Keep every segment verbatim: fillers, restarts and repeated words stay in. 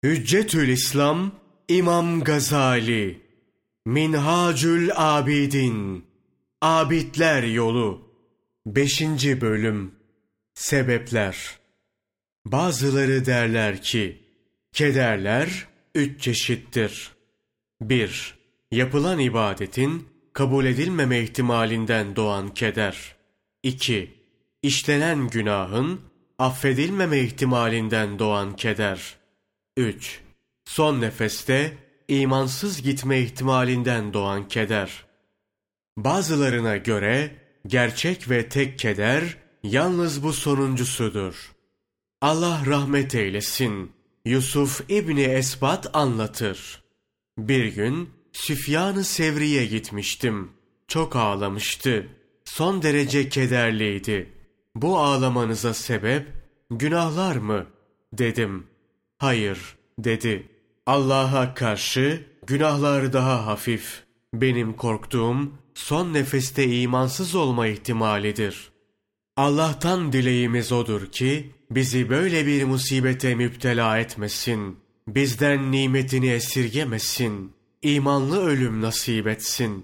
Hüccetül İslam İmam Gazali Minhacül Abidin Abidler Yolu beşinci. Bölüm. Sebepler. Bazıları derler ki, kederler üç çeşittir. bir. Yapılan ibadetin kabul edilmeme ihtimalinden doğan keder. iki. İşlenen günahın affedilmeme ihtimalinden doğan keder. üç. Son nefeste imansız gitme ihtimalinden doğan keder. Bazılarına göre gerçek ve tek keder yalnız bu sonuncusudur. Allah rahmet eylesin. Yusuf İbni Esbat anlatır. Bir gün Süfyan-ı Sevri'ye gitmiştim. Çok ağlamıştı. Son derece kederliydi. Bu ağlamanıza sebep günahlar mı? Dedim. Hayır, dedi. Allah'a karşı günahlar daha hafif. Benim korktuğum son nefeste imansız olma ihtimalidir. Allah'tan dileğimiz odur ki bizi böyle bir musibete müptela etmesin. Bizden nimetini esirgemesin. İmanlı ölüm nasip etsin.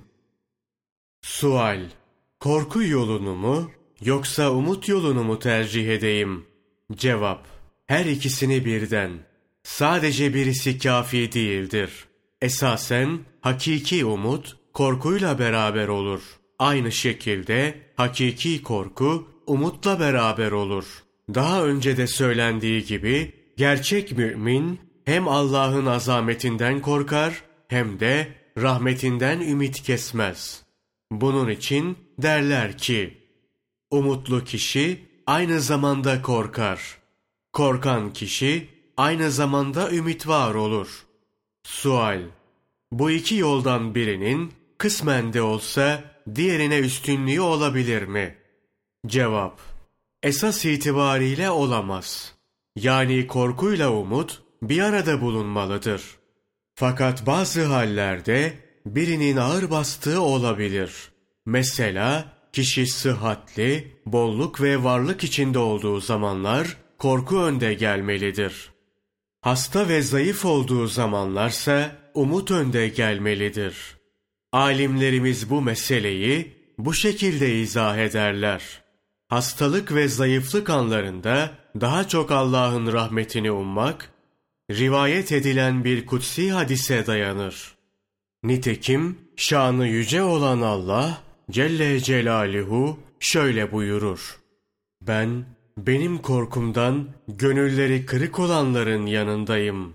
Sual: korku yolunu mu yoksa umut yolunu mu tercih edeyim? Cevap: her ikisini birden. Sadece birisi kafi değildir. Esasen hakiki umut korkuyla beraber olur. Aynı şekilde hakiki korku umutla beraber olur. Daha önce de söylendiği gibi gerçek mümin hem Allah'ın azametinden korkar hem de rahmetinden ümit kesmez. Bunun için derler ki, umutlu kişi aynı zamanda korkar. Korkan kişi aynı zamanda ümit var olur. Sual: bu iki yoldan birinin kısmen de olsa diğerine üstünlüğü olabilir mi? Cevap: esas itibariyle olamaz. Yani korkuyla umut bir arada bulunmalıdır. Fakat bazı hallerde birinin ağır bastığı olabilir. Mesela kişi sıhhatli, bolluk ve varlık içinde olduğu zamanlar korku önde gelmelidir. Hasta ve zayıf olduğu zamanlarsa umut önde gelmelidir. Alimlerimiz bu meseleyi bu şekilde izah ederler. Hastalık ve zayıflık anlarında daha çok Allah'ın rahmetini ummak, rivayet edilen bir kutsi hadise dayanır. Nitekim şanı yüce olan Allah Celle Celaluhu şöyle buyurur: ben benim korkumdan gönülleri kırık olanların yanındayım.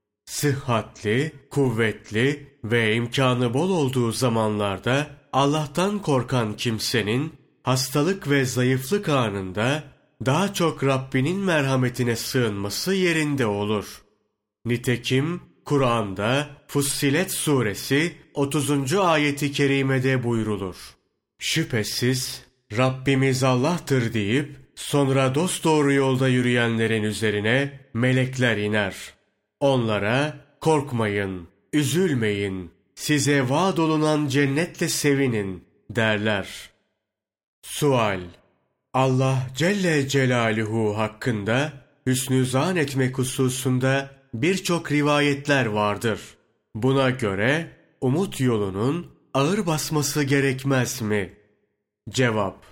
Sıhhatli, kuvvetli ve imkanı bol olduğu zamanlarda Allah'tan korkan kimsenin hastalık ve zayıflık anında daha çok Rabbinin merhametine sığınması yerinde olur. Nitekim Kur'an'da Fussilet suresi otuzuncu ayeti kerimede buyrulur: şüphesiz Rabbimiz Allah'tır deyip sonra dosdoğru yolda yürüyenlerin üzerine melekler iner. Onlara korkmayın, üzülmeyin, size vaad olunan cennetle sevinin derler. Sual: Allah Celle Celaluhu hakkında hüsnü zan etmek hususunda birçok rivayetler vardır. Buna göre umut yolunun ağır basması gerekmez mi? Cevap: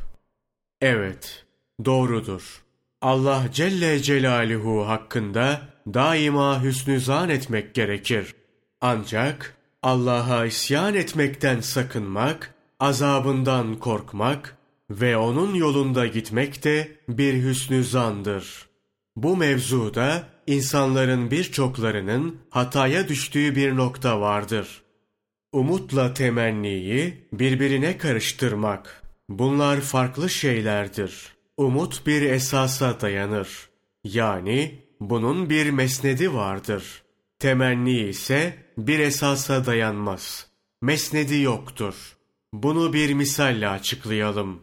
evet, doğrudur. Allah Celle Celaluhu hakkında daima hüsnü zan etmek gerekir. Ancak Allah'a isyan etmekten sakınmak, azabından korkmak ve onun yolunda gitmek de bir hüsnü zandır. Bu mevzuda insanların birçoklarının hataya düştüğü bir nokta vardır. Umutla temenniyi birbirine karıştırmak. Bunlar farklı şeylerdir. Umut bir esasa dayanır. Yani bunun bir mesnedi vardır. Temenni ise bir esasa dayanmaz. Mesnedi yoktur. Bunu bir misalle açıklayalım.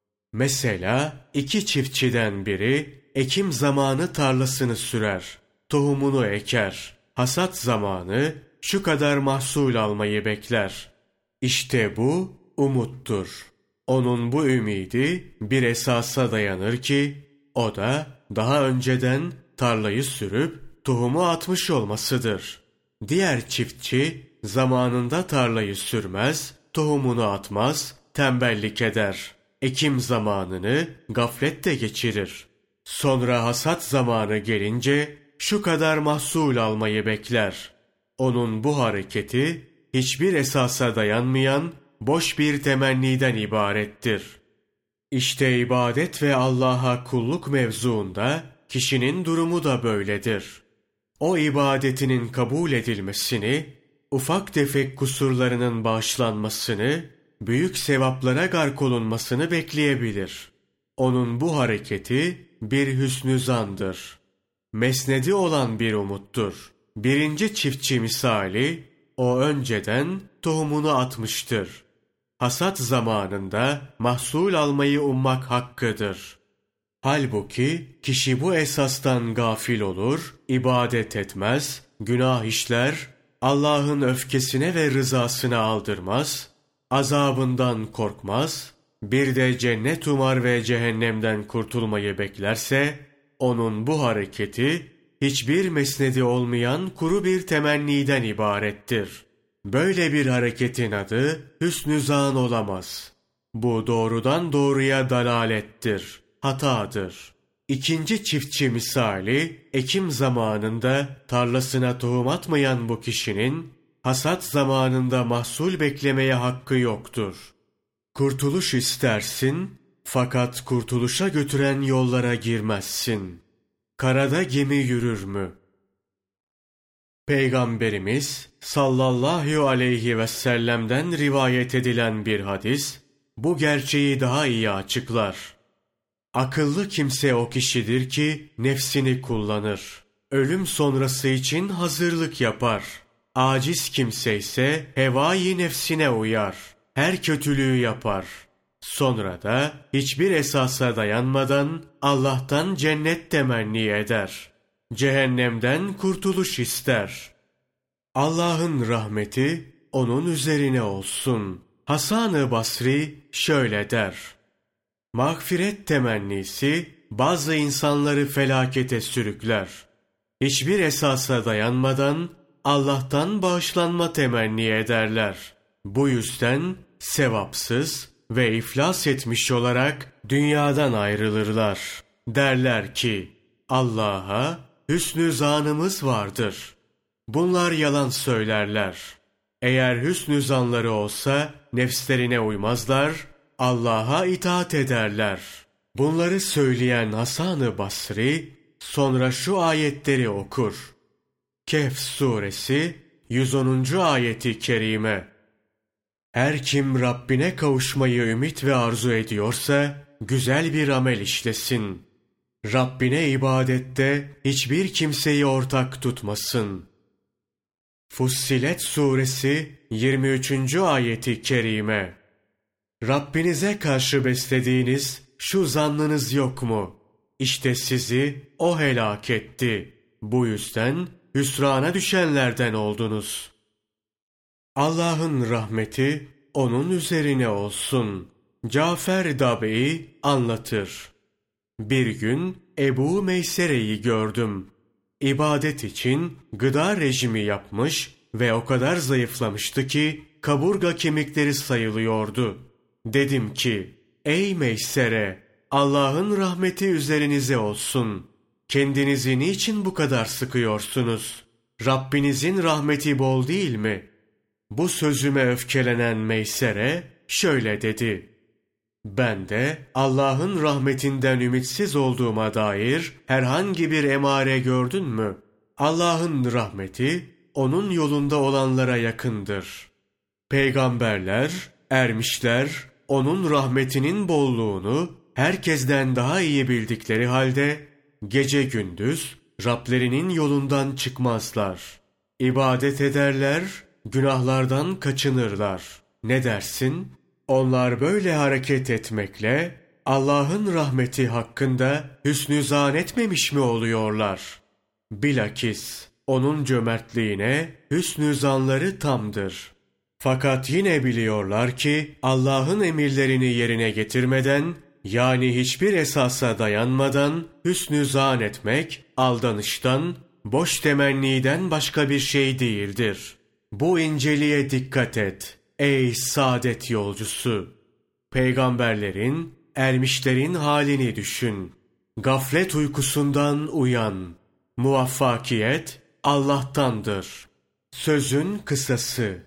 Mesela iki çiftçiden biri ekim zamanı tarlasını sürer, tohumunu eker, hasat zamanı şu kadar mahsul almayı bekler. İşte bu umuttur. Onun bu ümidi bir esasa dayanır ki, o da daha önceden tarlayı sürüp tohumu atmış olmasıdır. Diğer çiftçi zamanında tarlayı sürmez, tohumunu atmaz, tembellik eder. Ekim zamanını gaflette geçirir. Sonra hasat zamanı gelince şu kadar mahsul almayı bekler. Onun bu hareketi hiçbir esasa dayanmayan boş bir temenniden ibarettir. İşte ibadet ve Allah'a kulluk mevzuunda kişinin durumu da böyledir. O ibadetinin kabul edilmesini, ufak tefek kusurlarının bağışlanmasını, büyük sevaplara gark olunmasını bekleyebilir. Onun bu hareketi bir hüsnü zandır. Mesnedi olan bir umuttur. Birinci çiftçi misali, o önceden tohumunu atmıştır. Hasat zamanında mahsul almayı ummak hakkıdır. Halbuki kişi bu esastan gafil olur, ibadet etmez, günah işler, Allah'ın öfkesine ve rızasına aldırmaz, azabından korkmaz, bir de cennet umar ve cehennemden kurtulmayı beklerse, onun bu hareketi hiçbir mesnedi olmayan kuru bir temenniden ibarettir. Böyle bir hareketin adı hüsnü zan olamaz. Bu doğrudan doğruya dalalettir, hatadır. İkinci çiftçi misali, ekim zamanında tarlasına tohum atmayan bu kişinin, hasat zamanında mahsul beklemeye hakkı yoktur. Kurtuluş istersin, fakat kurtuluşa götüren yollara girmezsin. Karada gemi yürür mü? Peygamberimiz sallallahu aleyhi ve sellem'den rivayet edilen bir hadis, bu gerçeği daha iyi açıklar. Akıllı kimse o kişidir ki nefsini kullanır. Ölüm sonrası için hazırlık yapar. Aciz kimse ise hevai nefsine uyar. Her kötülüğü yapar. Sonra da hiçbir esasa dayanmadan Allah'tan cennet temenni eder. Cehennemden kurtuluş ister. Allah'ın rahmeti onun üzerine olsun. Hasan-ı Basri şöyle der: mağfiret temennisi bazı insanları felakete sürükler. Hiçbir esasa dayanmadan Allah'tan bağışlanma temenni ederler. Bu yüzden sevapsız ve iflas etmiş olarak dünyadan ayrılırlar. Derler ki, Allah'a hüsnü zanımız vardır. Bunlar yalan söylerler. Eğer hüsnü zanları olsa nefslerine uymazlar, Allah'a itaat ederler. Bunları söyleyen Hasan-ı Basri sonra şu ayetleri okur. Kehf suresi yüz onuncu ayeti kerime. Her kim Rabbine kavuşmayı ümit ve arzu ediyorsa güzel bir amel işlesin. Rabbine ibadette hiçbir kimseyi ortak tutmasın. Fussilet suresi yirmi üçüncü ayeti kerime. Rabbinize karşı beslediğiniz şu zannınız yok mu? İşte sizi o helak etti. Bu yüzden hüsrana düşenlerden oldunuz. Allah'ın rahmeti onun üzerine olsun. Cafer Dab'i anlatır. Bir gün Ebu Meysere'yi gördüm. İbadet için gıda rejimi yapmış ve o kadar zayıflamıştı ki kaburga kemikleri sayılıyordu. Dedim ki, ey Meysere, Allah'ın rahmeti üzerinize olsun. Kendinizi niçin bu kadar sıkıyorsunuz? Rabbinizin rahmeti bol değil mi? Bu sözüme öfkelenen Meysere şöyle dedi. Ben de Allah'ın rahmetinden ümitsiz olduğuma dair herhangi bir emare gördün mü? Allah'ın rahmeti onun yolunda olanlara yakındır. Peygamberler, ermişler, onun rahmetinin bolluğunu herkesten daha iyi bildikleri halde gece gündüz Rablerinin yolundan çıkmazlar. İbadet ederler, günahlardan kaçınırlar. Ne dersin? Onlar böyle hareket etmekle Allah'ın rahmeti hakkında hüsnü zan etmemiş mi oluyorlar? Bilakis onun cömertliğine hüsnü zanları tamdır. Fakat yine biliyorlar ki Allah'ın emirlerini yerine getirmeden, yani hiçbir esasa dayanmadan hüsnü zan etmek aldanıştan, boş temenniden başka bir şey değildir. Bu inceliğe dikkat et ey saadet yolcusu. Peygamberlerin, ermişlerin halini düşün. Gaflet uykusundan uyan. Muvaffakiyet Allah'tandır. Sözün kısası.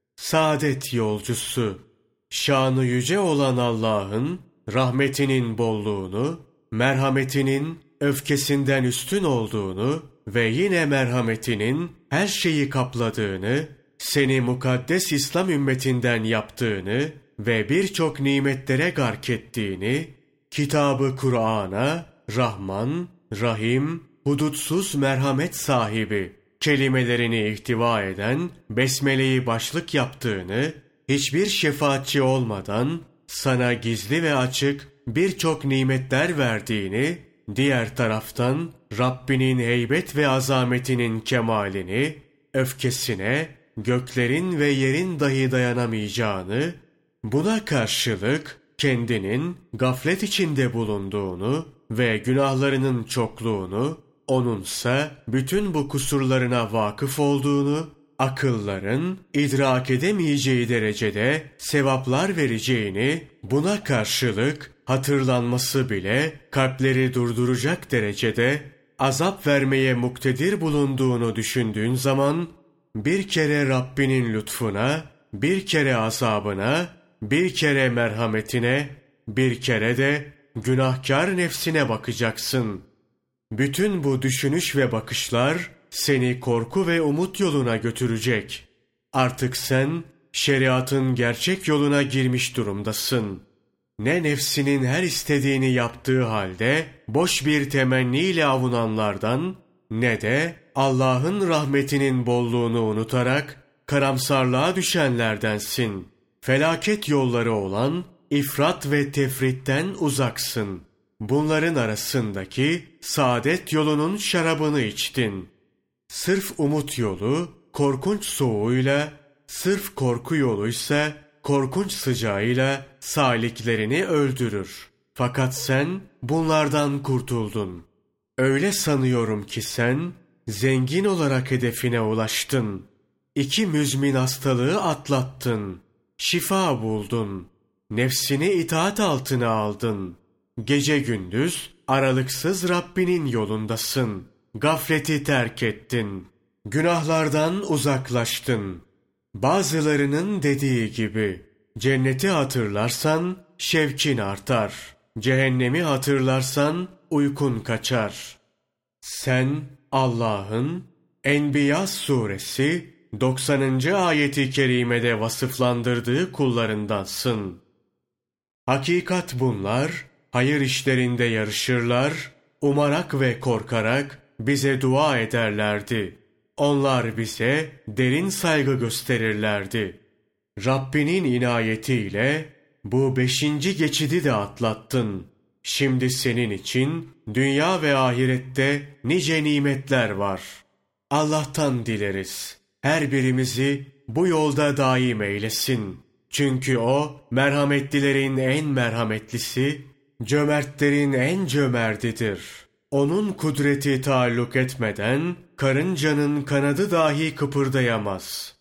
Saadet yolcusu. Şanı yüce olan Allah'ın rahmetinin bolluğunu, merhametinin öfkesinden üstün olduğunu ve yine merhametinin her şeyi kapladığını, seni mukaddes İslam ümmetinden yaptığını ve birçok nimetlere gark ettiğini, Kitabı Kur'an'a Rahman, Rahim, hudutsuz merhamet sahibi kelimelerini ihtiva eden Besmele'yi başlık yaptığını, hiçbir şefaatçi olmadan sana gizli ve açık birçok nimetler verdiğini, diğer taraftan Rabbinin heybet ve azametinin kemalini, öfkesine göklerin ve yerin dahi dayanamayacağını, buna karşılık kendinin gaflet içinde bulunduğunu ve günahlarının çokluğunu, onunsa bütün bu kusurlarına vakıf olduğunu, akılların idrak edemeyeceği derecede sevaplar vereceğini, buna karşılık hatırlanması bile kalpleri durduracak derecede azap vermeye muktedir bulunduğunu düşündüğün zaman, bir kere Rabbinin lütfuna, bir kere azabına, bir kere merhametine, bir kere de günahkar nefsine bakacaksın. Bütün bu düşünüş ve bakışlar seni korku ve umut yoluna götürecek. Artık sen şeriatın gerçek yoluna girmiş durumdasın. Ne nefsinin her istediğini yaptığı halde boş bir temenniyle avunanlardan, ne de Allah'ın rahmetinin bolluğunu unutarak karamsarlığa düşenlerdensin. Felaket yolları olan ifrat ve tefritten uzaksın. Bunların arasındaki saadet yolunun şarabını içtin. Sırf umut yolu korkunç soğuğuyla, sırf korku yoluysa korkunç sıcağıyla saliklerini öldürür. Fakat sen bunlardan kurtuldun. Öyle sanıyorum ki sen zengin olarak hedefine ulaştın. İki müzmin hastalığı atlattın. Şifa buldun. Nefsini itaat altına aldın. Gece gündüz aralıksız Rabbinin yolundasın. Gafleti terk ettin. Günahlardan uzaklaştın. Bazılarının dediği gibi, cenneti hatırlarsan şevkin artar. Cehennemi hatırlarsan uykun kaçar. Sen Allah'ın Enbiya suresi doksanıncı ayeti kerimede vasıflandırdığı kullarındansın. Hakikat bunlar, hayır işlerinde yarışırlar, umarak ve korkarak bize dua ederlerdi. Onlar bize derin saygı gösterirlerdi. Rabbinin inayetiyle bu beşinci geçidi de atlattın. Şimdi senin için dünya ve ahirette nice nimetler var. Allah'tan dileriz. Her birimizi bu yolda daim eylesin. Çünkü O merhametlilerin en merhametlisi, cömertlerin en cömertidir. Onun kudreti taalluk etmeden karıncanın kanadı dahi kıpırdayamaz.